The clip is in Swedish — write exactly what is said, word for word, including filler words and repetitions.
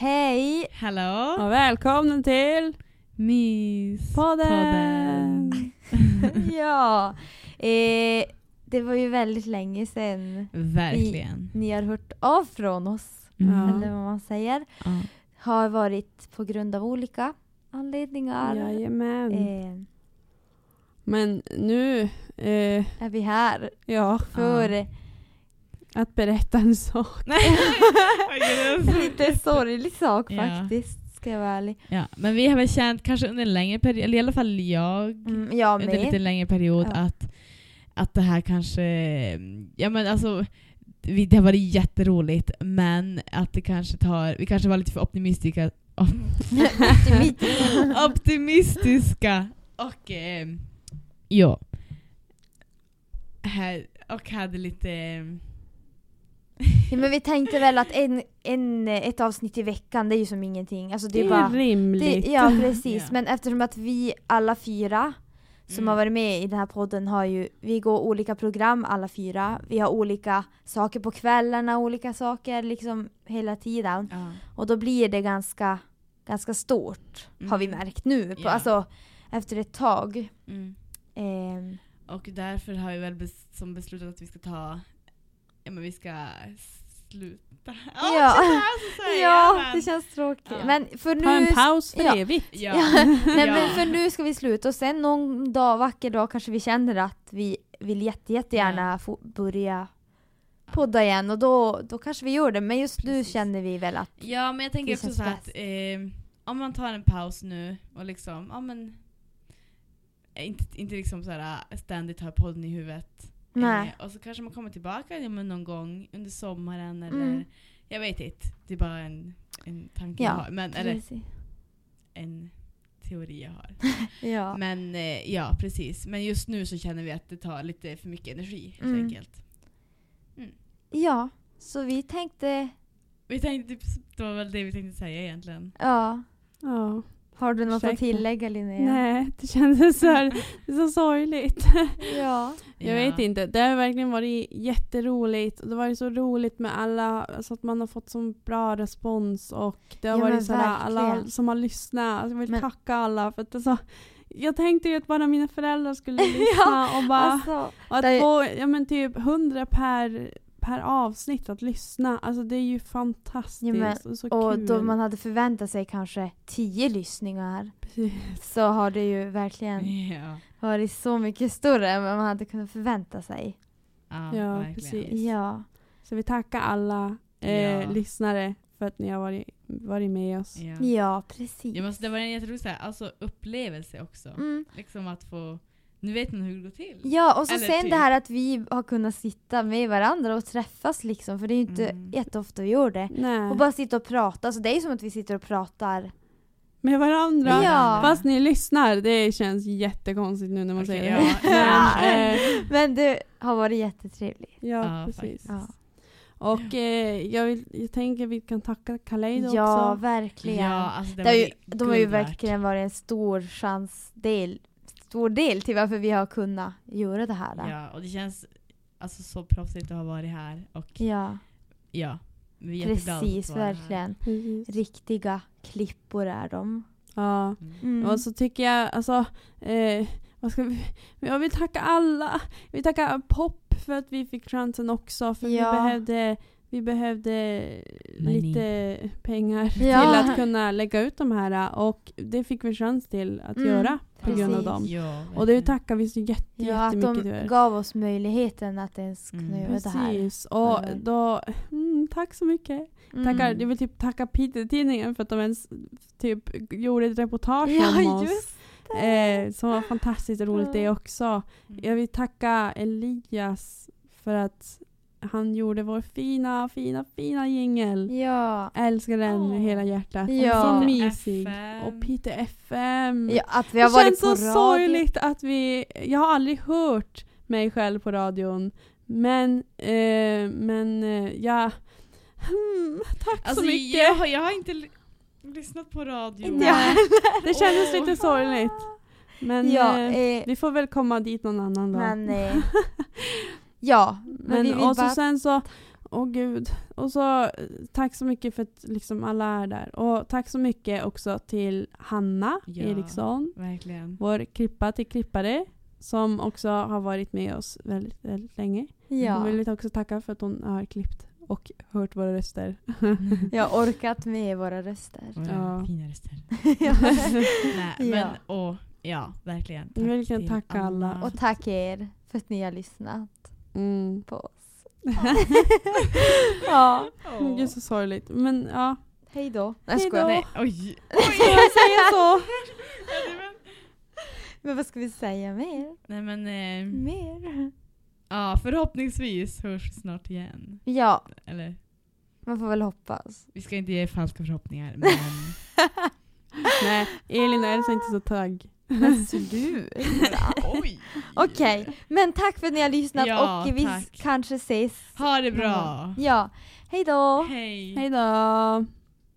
Hej! Hallå! Och välkommen till Myspodden! Ja, eh, det var ju väldigt länge sedan Verkligen. ni, ni har hört av från oss. Mm. Eller vad man säger. Ja. Har varit på grund av olika anledningar. Jajamän. Eh, Men nu eh, är vi här ja, för Ja. att berätta en sak. en lite sorglig sak Ja. faktiskt. Ska jag vara ärlig. Ja, men vi har väl känt kanske under en längre period, eller i alla fall jag, Mm, jag under en lite med. längre period Ja. att, att det här kanske, ja men alltså vi, det har varit jätteroligt, men att det kanske tar, vi kanske var lite för optimistiska optimistiska och eh, ja här, och hade lite Ja, men vi tänkte väl att en, en, ett avsnitt i veckan, det är ju som ingenting. Alltså, det, Det är är bara, rimligt. det, ja, precis. Ja. Men eftersom att vi alla fyra som Mm. har varit med i den här podden har ju, vi går olika program alla fyra. Vi har olika saker på kvällarna, olika saker liksom hela tiden. ja. Och då blir det ganska, ganska stort, har vi Mm. märkt nu. På, Ja. Alltså efter ett tag. Mm. Ehm, Och därför har vi väl bes- som beslutat att vi ska ta, ja men vi ska sluta. Ja. Ja, det känns så att säga, ja, men- det känns tråkigt. Ja. Men för Ta en nu... paus för ja. evigt. Ja. Ja. Nej, Ja. men för nu ska vi sluta och sen någon dag, vacker dag kanske vi känner att vi vill jätte, jättegärna få börja podda igen och då, då kanske vi gör det, men just nu Precis. känner vi väl att Ja, men jag tänker Det också känns så här att bäst. eh, om man tar en paus nu och liksom, ja men eh, inte, inte liksom så här ständigt har podden i huvudet. nej. Eh, och så kanske man kommer tillbaka ja, men någon gång under sommaren eller Mm. jag vet inte. Det är bara en, en tanke Ja, jag har. Men, eller Precis. en teori jag har. Ja. Men eh, ja, precis. Men just nu så känner vi att det tar lite för mycket energi helt Mm. enkelt. ja, så vi tänkte Vi tänkte, typ, det var väl det vi tänkte säga egentligen. ja. Ja. Har du något Ursäkta. att tillägga, Linnea? Nej, det kändes så, här, det är så sorgligt. Ja. Jag vet inte. Det har verkligen varit jätteroligt. Det har varit så roligt med alla. Alltså att man har fått så bra respons. Och det har Ja, men varit så här, alla verkligen. som har lyssnat. Alltså jag vill Men- tacka alla. För att det så, jag tänkte ju att bara mina föräldrar skulle lyssna. Och bara... Alltså, Och att det är- få ja, men typ hundra per, per avsnitt att lyssna. Alltså det är ju fantastiskt. Ja, men- och så och kul. då man hade förväntat sig kanske tio lyssningar Precis. så har det ju verkligen Ja, varit så mycket större än vad man hade kunnat förvänta sig. ja, Ja, verkligen. precis. Ja. Så vi tackar alla eh, Ja. lyssnare för att ni har varit, varit med oss. Ja. Ja, precis. Ja, men det var en jätterolig så här, alltså, upplevelse också. Mm. Liksom att få, nu vet man hur det går till. Ja, och så Eller sen typ. det här att vi har kunnat sitta med varandra och träffas liksom, för det är ju inte Mm. jätteofta vi gör det. Nej. Och bara sitta och prata, så det är ju som att vi sitter och pratar. Med varandra. Ja. Fast ni lyssnar, det känns jättekonstigt nu när man Okej, säger ja. det. Men, eh, Men det har varit jättetrevligt. ja, Ja, precis. faktiskt. Ja, Och eh, jag, vill, jag tänker vi kan tacka Kaleido ja också. verkligen. Ja, alltså, det det har ju, var de har ju guld värt. verkligen varit en stor chansdel, stor del till varför vi har kunnat göra det här. Ja, och det känns alltså så proffsigt att ha varit här. Och Ja, ja, vi är jätteglada att precis, få vara här. verkligen. Precis. Riktiga klippor är de. Ja. Mm. Mm. Och så tycker jag, alltså, eh, vad ska vi, jag vill tacka alla. Jag vill tacka Pop för att vi fick chansen också. För Ja. vi behövde, vi behövde Money. lite pengar Ja. till att kunna lägga ut de här. Och det fick vi chans till att Mm, göra på grund av precis. dem. Ja, Och det verkligen. tackar vi så jätte, Ja, att jättemycket de för. gav oss möjligheten att ens kunna Mm. göra det här. Precis. Och Ja. då, mm, tack så mycket. Mm. Tackar, jag vill typ tacka Piteå-tidningen för att de ens typ gjorde ett reportage om Ja, oss. just Eh, som var fantastiskt roligt det också. Mm. Jag vill tacka Elias för att han gjorde vår fina, fina, fina jingel. Ja. Älskar den med Åh. hela hjärtat. Ja. Så Peter mysig. F M. Och Peter F M. ja, att vi har det varit känns på så radio. sorgligt att vi... Jag har aldrig hört mig själv på radion. Men, eh, men eh, ja... Hmm, tack Alltså, så mycket. jag, har- jag har inte l- lyssnat på radio. Inte jag Nej, det kändes Åh. lite sorgligt. Men Ja, eh, eh, vi får väl komma dit någon annan dag. men... Eh, ja, men, Men vi vill och så bara... sen så åh gud. Och så tack så mycket för att liksom alla är där. Och tack så mycket också till Hanna Ja, Eriksson. Verkligen. Vår klippa till klippare. Som också har varit med oss väldigt, väldigt länge. Ja. Jag vill också tacka för att hon har klippt och hört våra röster. Jag har orkat med våra röster. Våra Ja. fina röster. Ja. Nej, men Ja. åh, ja, verkligen. Jag vill verkligen till tacka alla. Och tack er för att ni har lyssnat Mm. på oss. Ja. Oh. Gud så sorgligt. Men ja. Hej då. Hej Nej, skojar. då. Nej, oj. Ska jag säga så? Men vad ska vi säga mer? Nej men, eh, Mer? ja, förhoppningsvis hörs vi snart igen. Ja, Eller, man får väl hoppas. vi ska inte ge falska förhoppningar, men Nej, Elin är inte så tagg. Men sluta. oj. Okej, men tack för att ni har lyssnat Ja, och vi tack. kanske ses. Ha det bra. Ja, hej då. Hej. Hej då.